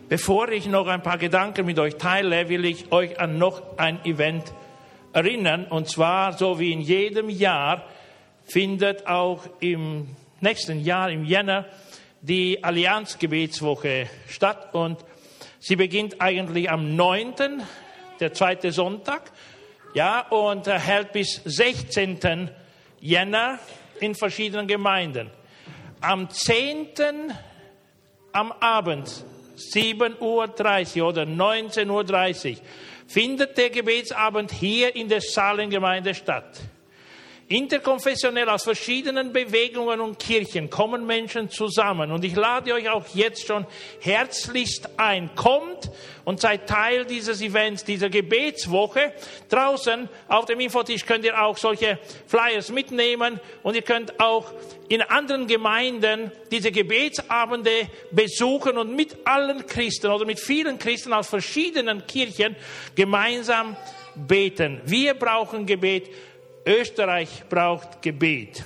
Bevor ich noch ein paar Gedanken mit euch teile, will ich euch an noch ein Event erinnern. Und zwar, so wie in jedem Jahr, findet auch im nächsten Jahr, im Jänner, die Allianz-Gebetswoche statt. Und sie beginnt eigentlich am 9., der 2. Sonntag, ja, und hält bis 16. Jänner in verschiedenen Gemeinden. Am 10. am Abend, 7:30 Uhr oder 19:30 Uhr, findet der Gebetsabend hier in der Salengemeinde statt. Interkonfessionell aus verschiedenen Bewegungen und Kirchen kommen Menschen zusammen. Und ich lade euch auch jetzt schon herzlichst ein. Kommt und seid Teil dieses Events, dieser Gebetswoche. Draußen auf dem Infotisch könnt ihr auch solche Flyers mitnehmen. Und ihr könnt auch in anderen Gemeinden diese Gebetsabende besuchen und mit allen Christen oder mit vielen Christen aus verschiedenen Kirchen gemeinsam beten. Wir brauchen Gebet. Österreich braucht Gebet.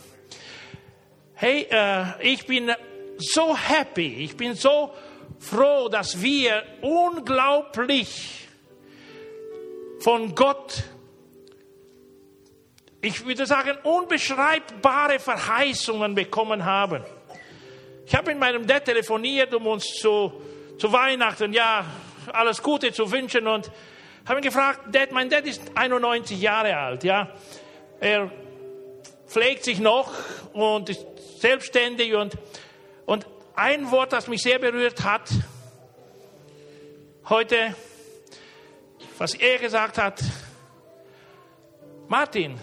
Hey, ich bin so happy, ich bin so froh, dass wir unglaublich von Gott, ich würde sagen, unbeschreibbare Verheißungen bekommen haben. Ich habe mit meinem Dad telefoniert, um uns zu Weihnachten, ja, alles Gute zu wünschen, und habe ihn gefragt, mein Dad ist 91 Jahre alt, ja. Er pflegt sich noch und ist selbstständig, und ein Wort, das mich sehr berührt hat heute, was er gesagt hat: Martin,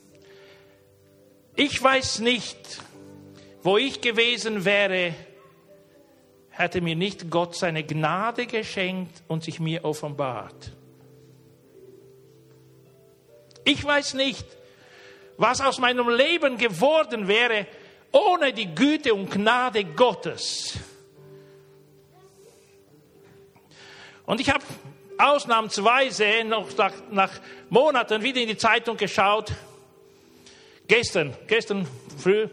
ich weiß nicht, wo ich gewesen wäre, hätte mir nicht Gott seine Gnade geschenkt und sich mir offenbart. Ich weiß nicht, was aus meinem Leben geworden wäre, ohne die Güte und Gnade Gottes. Und ich habe ausnahmsweise noch nach Monaten wieder in die Zeitung geschaut, gestern früh,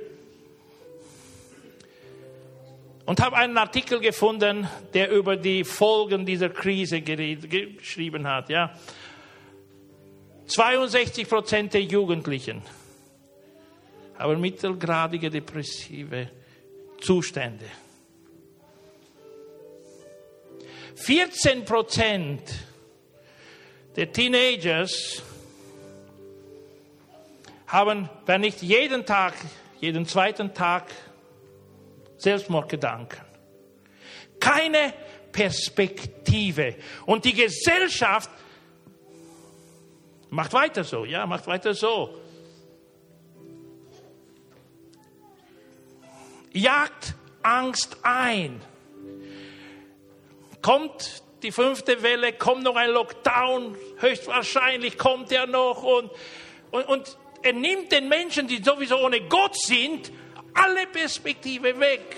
und habe einen Artikel gefunden, der über die Folgen dieser Krise geschrieben hat, ja. 62% der Jugendlichen haben mittelgradige depressive Zustände. 14% der Teenagers haben, wenn nicht jeden Tag, jeden zweiten Tag, Selbstmordgedanken. Keine Perspektive. Und die Gesellschaft macht weiter so, ja, macht weiter so. Jagt Angst ein. Kommt die 5. Welle, kommt noch ein Lockdown, höchstwahrscheinlich kommt er noch, und er nimmt den Menschen, die sowieso ohne Gott sind, alle Perspektive weg.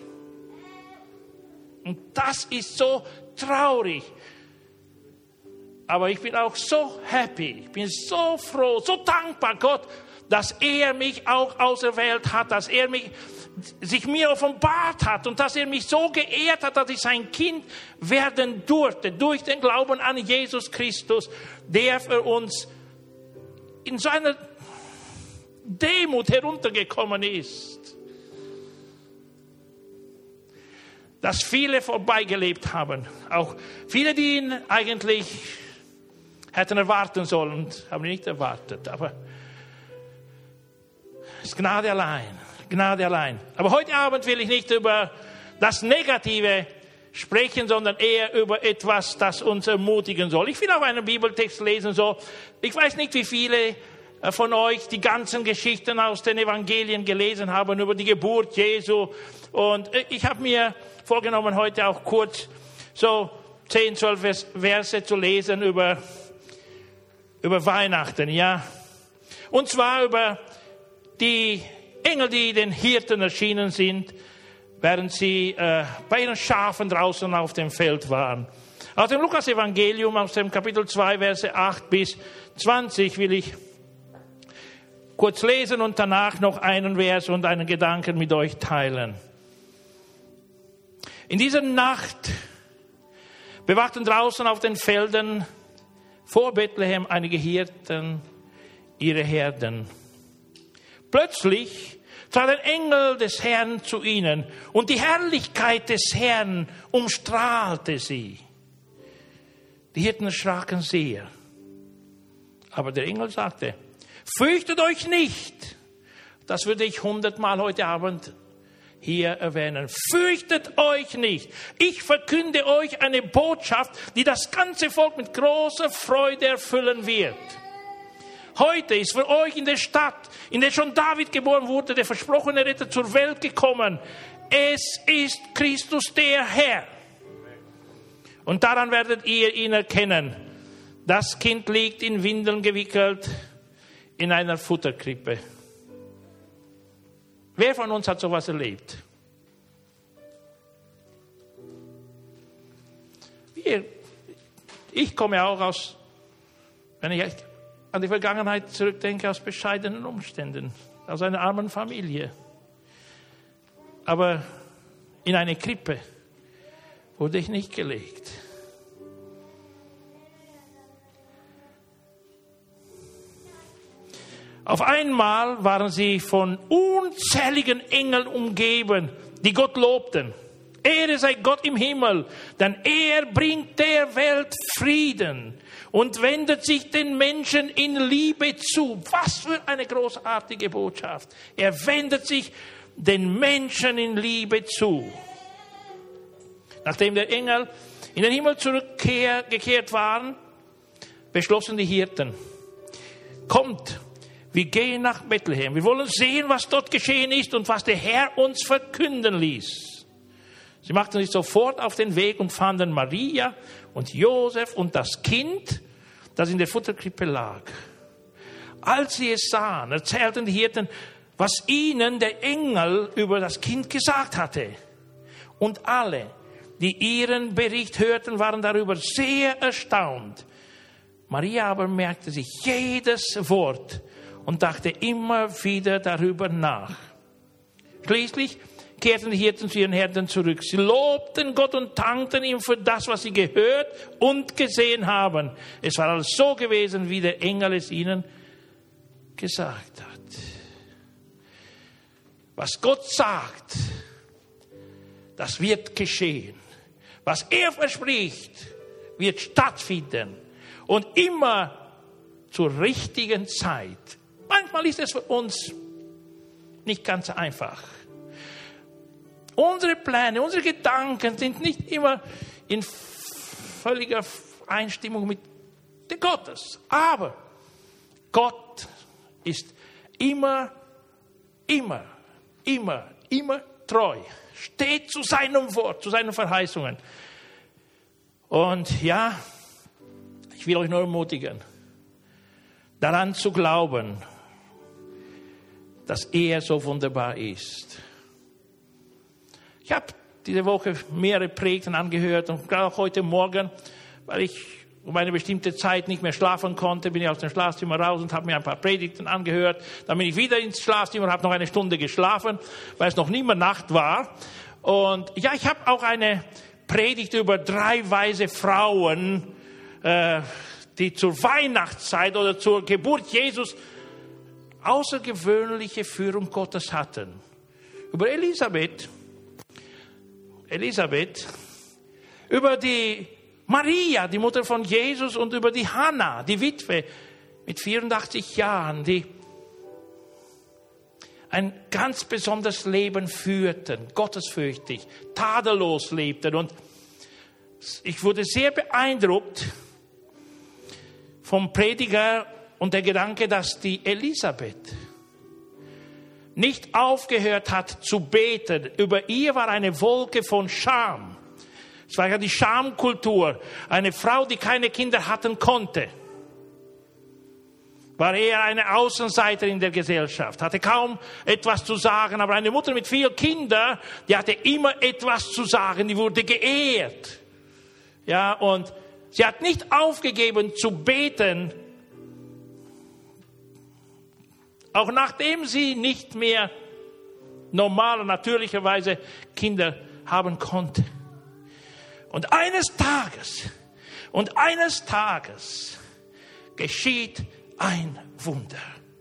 Und das ist so traurig. Aber ich bin auch so happy, ich bin so froh, so dankbar Gott, dass er mich auch auserwählt hat, dass er sich mir offenbart hat und dass er mich so geehrt hat, dass ich sein Kind werden durfte, durch den Glauben an Jesus Christus, der für uns in seiner Demut heruntergekommen ist. Dass viele vorbeigelebt haben, auch viele, die ihn eigentlich hätten erwarten sollen und haben ihn nicht erwartet. Aber es ist Gnade allein, Gnade allein. Aber heute Abend will ich nicht über das Negative sprechen, sondern eher über etwas, das uns ermutigen soll. Ich will auch einen Bibeltext lesen. So, ich weiß nicht, wie viele von euch die ganzen Geschichten aus den Evangelien gelesen haben über die Geburt Jesu. Und ich habe mir vorgenommen, heute auch kurz so 10, 12 Verse zu lesen über Weihnachten, ja. Und zwar über die Engel, die den Hirten erschienen sind, während sie bei ihren Schafen draußen auf dem Feld waren. Aus dem Lukas-Evangelium, aus dem Kapitel 2, Verse 8 bis 20 will ich kurz lesen und danach noch einen Vers und einen Gedanken mit euch teilen. In dieser Nacht bewachten draußen auf den Feldern vor Bethlehem einige Hirten ihre Herden. Plötzlich trat ein Engel des Herrn zu ihnen und die Herrlichkeit des Herrn umstrahlte sie. Die Hirten erschraken sehr. Aber der Engel sagte, fürchtet euch nicht. Das würde ich 100-mal heute Abend hier erwähnen. Fürchtet euch nicht. Ich verkünde euch eine Botschaft, die das ganze Volk mit großer Freude erfüllen wird. Heute ist für euch in der Stadt, in der schon David geboren wurde, der versprochene Retter zur Welt gekommen. Es ist Christus der Herr. Und daran werdet ihr ihn erkennen. Das Kind liegt in Windeln gewickelt in einer Futterkrippe. Wer von uns hat sowas erlebt? Ich komme auch aus, wenn ich an die Vergangenheit zurückdenke, aus bescheidenen Umständen, aus einer armen Familie. Aber in eine Krippe wurde ich nicht gelegt. Auf einmal waren sie von unzähligen Engeln umgeben, die Gott lobten. Ehre sei Gott im Himmel, denn er bringt der Welt Frieden und wendet sich den Menschen in Liebe zu. Was für eine großartige Botschaft. Er wendet sich den Menschen in Liebe zu. Nachdem der Engel in den Himmel zurückgekehrt waren, beschlossen die Hirten, kommt, wir gehen nach Bethlehem. Wir wollen sehen, was dort geschehen ist und was der Herr uns verkünden ließ. Sie machten sich sofort auf den Weg und fanden Maria und Josef und das Kind, das in der Futterkrippe lag. Als sie es sahen, erzählten die Hirten, was ihnen der Engel über das Kind gesagt hatte. Und alle, die ihren Bericht hörten, waren darüber sehr erstaunt. Maria aber merkte sich jedes Wort und dachte immer wieder darüber nach. Schließlich kehrten die Hirten zu ihren Herden zurück. Sie lobten Gott und dankten ihm für das, was sie gehört und gesehen haben. Es war alles so gewesen, wie der Engel es ihnen gesagt hat. Was Gott sagt, das wird geschehen. Was er verspricht, wird stattfinden. Und immer zur richtigen Zeit. Manchmal ist es für uns nicht ganz einfach. Unsere Pläne, unsere Gedanken sind nicht immer in völliger Einstimmung mit der Gottes. Aber Gott ist immer treu. Steht zu seinem Wort, zu seinen Verheißungen. Und ja, ich will euch nur ermutigen, daran zu glauben, dass er so wunderbar ist. Ich habe diese Woche mehrere Predigten angehört und gerade auch heute Morgen, weil ich um eine bestimmte Zeit nicht mehr schlafen konnte, bin ich aus dem Schlafzimmer raus und habe mir ein paar Predigten angehört. Dann bin ich wieder ins Schlafzimmer und habe noch eine Stunde geschlafen, weil es noch nie mehr Nacht war. Und ja, ich habe auch eine Predigt über 3 weise Frauen, die zur Weihnachtszeit oder zur Geburt Jesus außergewöhnliche Führung Gottes hatten. Über Elisabeth, über die Maria, die Mutter von Jesus, und über die Hannah, die Witwe mit 84 Jahren, die ein ganz besonderes Leben führten, gottesfürchtig, tadellos lebten. Und ich wurde sehr beeindruckt vom Prediger und der Gedanke, dass die Elisabeth nicht aufgehört hat zu beten. Über ihr war eine Wolke von Scham. Es war ja die Schamkultur. Eine Frau, die keine Kinder hatten konnte, war eher eine Außenseiterin der Gesellschaft, hatte kaum etwas zu sagen. Aber eine Mutter mit 4 Kindern, die hatte immer etwas zu sagen, die wurde geehrt. Ja, und sie hat nicht aufgegeben zu beten, auch nachdem sie nicht mehr normal und natürlicherweise Kinder haben konnte. Und eines Tages geschieht ein Wunder.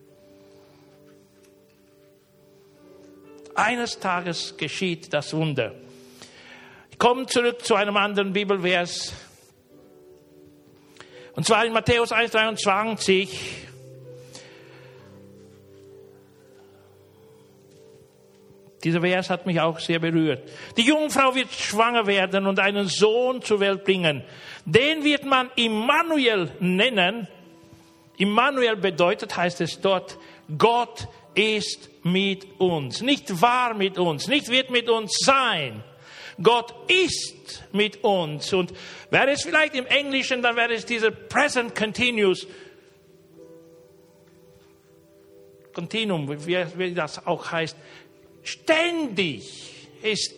Eines Tages geschieht das Wunder. Ich komme zurück zu einem anderen Bibelvers. Und zwar in Matthäus 1,23. Dieser Vers hat mich auch sehr berührt. Die Jungfrau wird schwanger werden und einen Sohn zur Welt bringen. Den wird man Immanuel nennen. Immanuel bedeutet, heißt es dort, Gott ist mit uns. Nicht war mit uns, nicht wird mit uns sein. Gott ist mit uns. Und wäre es vielleicht im Englischen, dann wäre es dieser Present Continuous. Continuum, wie das auch heißt. Ständig ist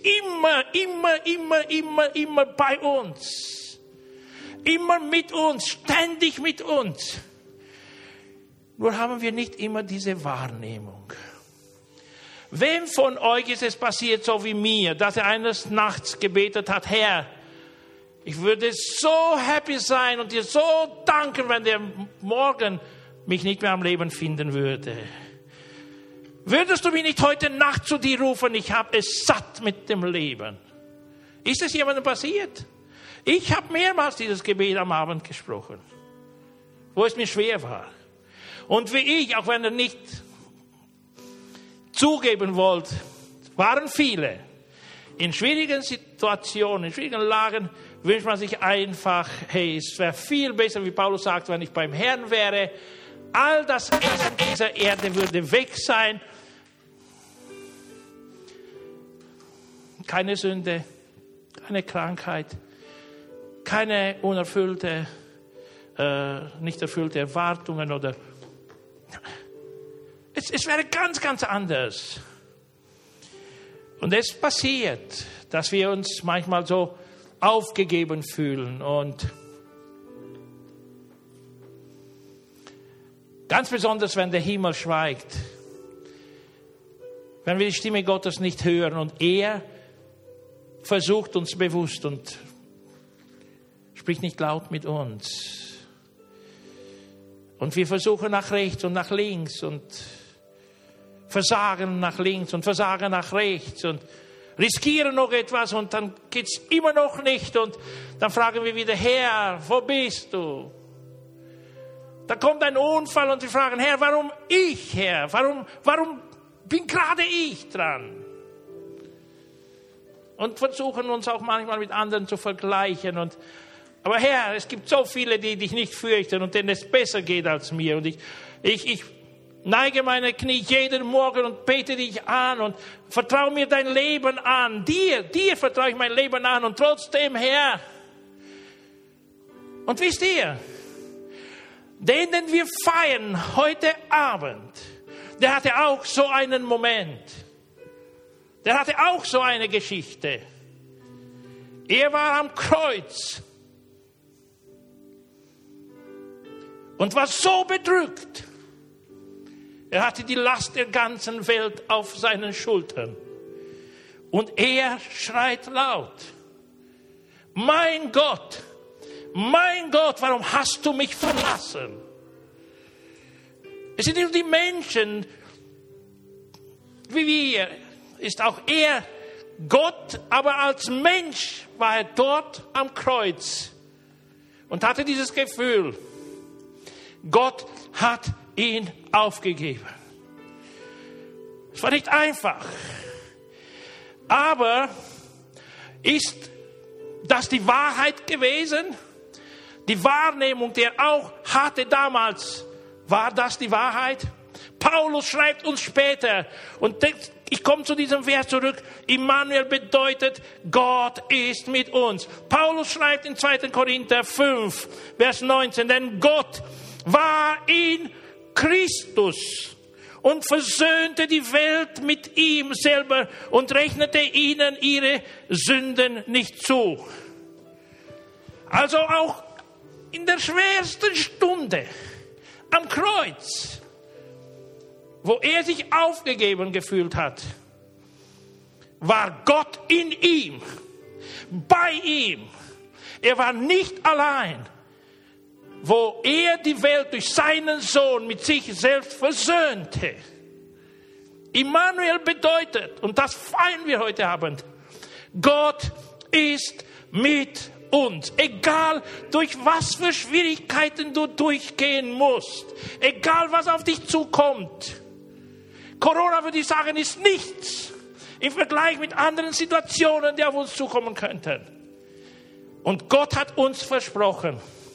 immer bei uns. Immer mit uns, ständig mit uns. Nur haben wir nicht immer diese Wahrnehmung. Wem von euch ist es passiert, so wie mir, dass er eines Nachts gebetet hat, Herr, ich würde so happy sein und dir so danken, wenn der morgen mich nicht mehr am Leben finden würde. Würdest du mich nicht heute Nacht zu dir rufen, ich habe es satt mit dem Leben? Ist es jemandem passiert? Ich habe mehrmals dieses Gebet am Abend gesprochen, wo es mir schwer war. Und wie ich, auch wenn er nicht zugeben wollte, waren viele. In schwierigen Situationen, in schwierigen Lagen wünscht man sich einfach, hey, es wäre viel besser, wie Paulus sagt, wenn ich beim Herrn wäre. All das Essen dieser Erde würde weg sein. Keine Sünde, keine Krankheit, keine nicht erfüllte Erwartungen oder es wäre ganz, ganz anders. Und es passiert, dass wir uns manchmal so aufgegeben fühlen und ganz besonders, wenn der Himmel schweigt, wenn wir die Stimme Gottes nicht hören und er versucht uns bewusst und spricht nicht laut mit uns. Und wir versuchen nach rechts und nach links und versagen nach links und versagen nach rechts und riskieren noch etwas und dann geht es immer noch nicht und dann fragen wir wieder, Herr, wo bist du? Da kommt ein Unfall und wir fragen, Herr, warum ich, Herr? Warum bin gerade ich dran? Und versuchen uns auch manchmal mit anderen zu vergleichen. Aber Herr, es gibt so viele, die dich nicht fürchten und denen es besser geht als mir. Und ich neige meine Knie jeden Morgen und bete dich an und vertraue mir dein Leben an. Dir vertraue ich mein Leben an und trotzdem, Herr. Und wisst ihr, den wir feiern heute Abend, der hatte auch so einen Moment. Der hatte auch so eine Geschichte. Er war am Kreuz und war so bedrückt. Er hatte die Last der ganzen Welt auf seinen Schultern. Und er schreit laut, mein Gott, warum hast du mich verlassen? Es sind nur die Menschen, wie wir, ist auch er Gott, aber als Mensch war er dort am Kreuz und hatte dieses Gefühl, Gott hat ihn aufgegeben. Es war nicht einfach, aber ist das die Wahrheit gewesen? Die Wahrnehmung, die er auch hatte damals, war das die Wahrheit? Paulus schreibt uns später, und ich komme zu diesem Vers zurück, Immanuel bedeutet, Gott ist mit uns. Paulus schreibt in 2. Korinther 5, Vers 19, denn Gott war in Christus und versöhnte die Welt mit ihm selber und rechnete ihnen ihre Sünden nicht zu. Also auch in der schwersten Stunde am Kreuz, wo er sich aufgegeben gefühlt hat, war Gott in ihm. bei ihm. Er war nicht allein, wo er die Welt durch seinen Sohn mit sich selbst versöhnte. Immanuel bedeutet, und das feiern wir heute Abend, Gott ist mit uns. Egal durch was für Schwierigkeiten du durchgehen musst, egal was auf dich zukommt. Corona, würde ich sagen, ist nichts im Vergleich mit anderen Situationen, die auf uns zukommen könnten. Und Gott hat uns versprochen,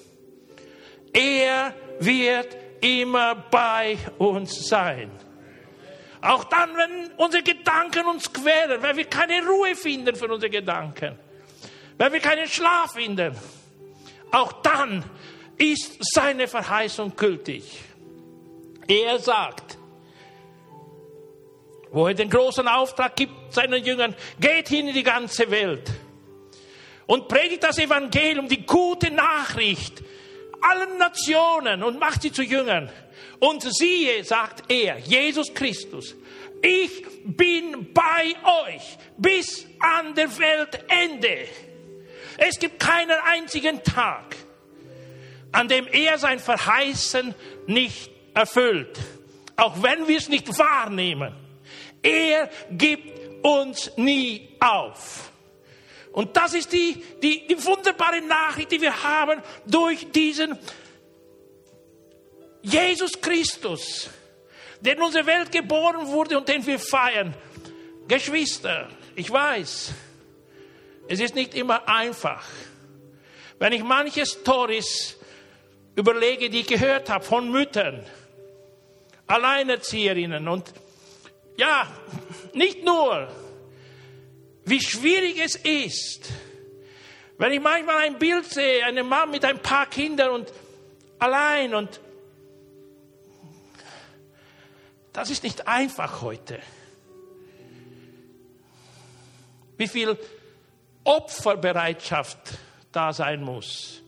er wird immer bei uns sein. Auch dann, wenn unsere Gedanken uns quälen, wenn wir keine Ruhe finden für unsere Gedanken, wenn wir keinen Schlaf finden, auch dann ist seine Verheißung gültig. Er sagt, wo er den großen Auftrag gibt seinen Jüngern, geht hin in die ganze Welt und predigt das Evangelium, die gute Nachricht, allen Nationen und macht sie zu Jüngern. Und siehe, sagt er, Jesus Christus, ich bin bei euch bis an der Weltende. Es gibt keinen einzigen Tag, an dem er sein Verheißen nicht erfüllt. Auch wenn wir es nicht wahrnehmen. Er gibt uns nie auf. Und das ist die wunderbare Nachricht, die wir haben durch diesen Jesus Christus, der in unsere Welt geboren wurde und den wir feiern. Geschwister, ich weiß, es ist nicht immer einfach. Wenn ich manche Storys überlege, die ich gehört habe von Müttern, Alleinerzieherinnen und ja, nicht nur, wie schwierig es ist, wenn ich manchmal ein Bild sehe, eine Mama mit ein paar Kindern und allein und das ist nicht einfach heute. Wie viel Opferbereitschaft da sein muss.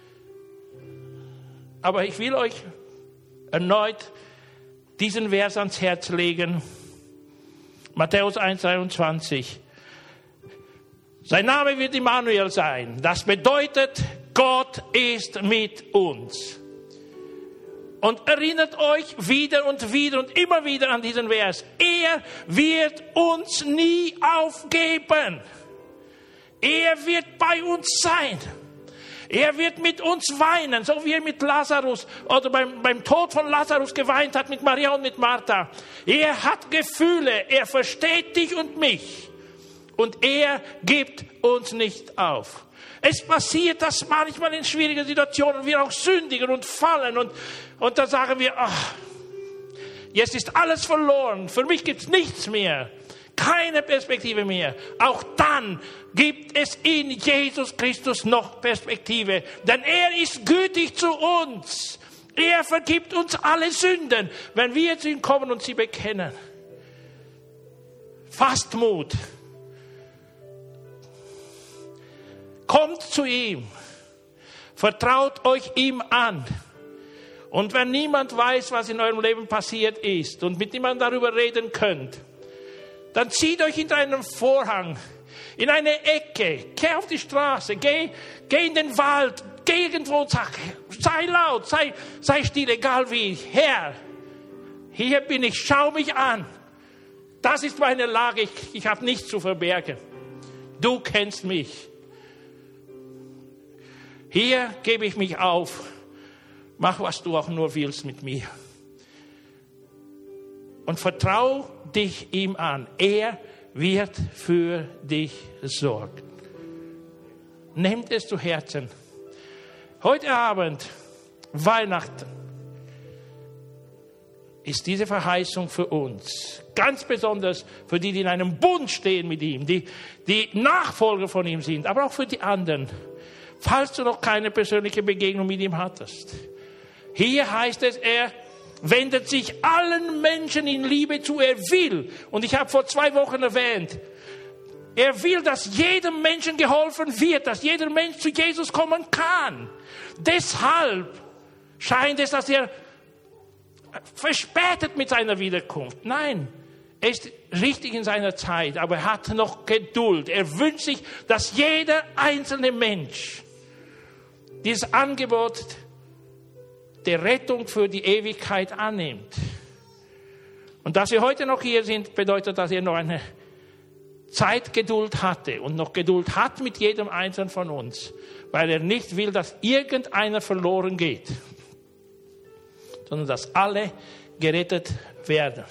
Aber ich will euch erneut diesen Vers ans Herz legen. Matthäus 1,23. Sein Name wird Immanuel sein. Das bedeutet, Gott ist mit uns. Und erinnert euch wieder und wieder und immer wieder an diesen Vers. Er wird uns nie aufgeben. Er wird bei uns sein. Er wird mit uns weinen, so wie er mit Lazarus oder beim Tod von Lazarus geweint hat mit Maria und mit Martha. Er hat Gefühle, er versteht dich und mich. Und er gibt uns nicht auf. Es passiert, dass manchmal in schwierigen Situationen wir auch sündigen und fallen und dann sagen wir, ach, jetzt ist alles verloren, für mich gibt es nichts mehr, keine Perspektive mehr. Auch dann gibt es in Jesus Christus noch Perspektive, denn er ist gütig zu uns. Er vergibt uns alle Sünden, wenn wir zu ihm kommen und sie bekennen. Fasst Mut. Kommt zu ihm, vertraut euch ihm an. Und wenn niemand weiß, was in eurem Leben passiert ist und mit niemandem darüber reden könnt, dann zieht euch hinter einem Vorhang, in eine Ecke, geh auf die Straße, geh in den Wald, geh irgendwo und sag, sei laut, sei still, egal wie. Herr, hier bin ich, schau mich an. Das ist meine Lage, ich habe nichts zu verbergen. Du kennst mich. Hier gebe ich mich auf. Mach, was du auch nur willst mit mir. Und vertrau dich ihm an. Er wird für dich sorgen. Nehmt es zu Herzen. Heute Abend, Weihnachten, ist diese Verheißung für uns. Ganz besonders für die in einem Bund stehen mit ihm, die Nachfolger von ihm sind, aber auch für die anderen. Falls du noch keine persönliche Begegnung mit ihm hattest. Hier heißt es, er wendet sich allen Menschen in Liebe zu. Er will, und ich habe vor 2 Wochen erwähnt, er will, dass jedem Menschen geholfen wird, dass jeder Mensch zu Jesus kommen kann. Deshalb scheint es, dass er verspätet mit seiner Wiederkunft. Nein, Er ist richtig in seiner Zeit, aber er hat noch Geduld. Er wünscht sich, dass jeder einzelne Mensch dieses Angebot der Rettung für die Ewigkeit annimmt. Und dass wir heute noch hier sind, bedeutet, dass er noch eine Zeitgeduld hatte und noch Geduld hat mit jedem Einzelnen von uns, weil er nicht will, dass irgendeiner verloren geht, sondern dass alle gerettet werden.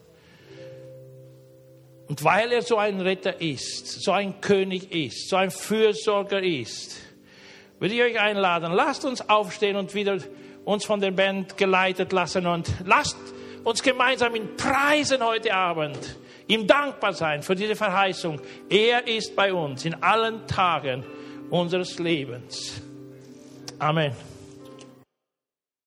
Und weil er so ein Retter ist, so ein König ist, so ein Fürsorger ist, würde ich euch einladen, lasst uns aufstehen und wieder uns von der Band geleitet lassen und lasst uns gemeinsam ihn preisen heute Abend, ihm dankbar sein für diese Verheißung. Er ist bei uns in allen Tagen unseres Lebens. Amen.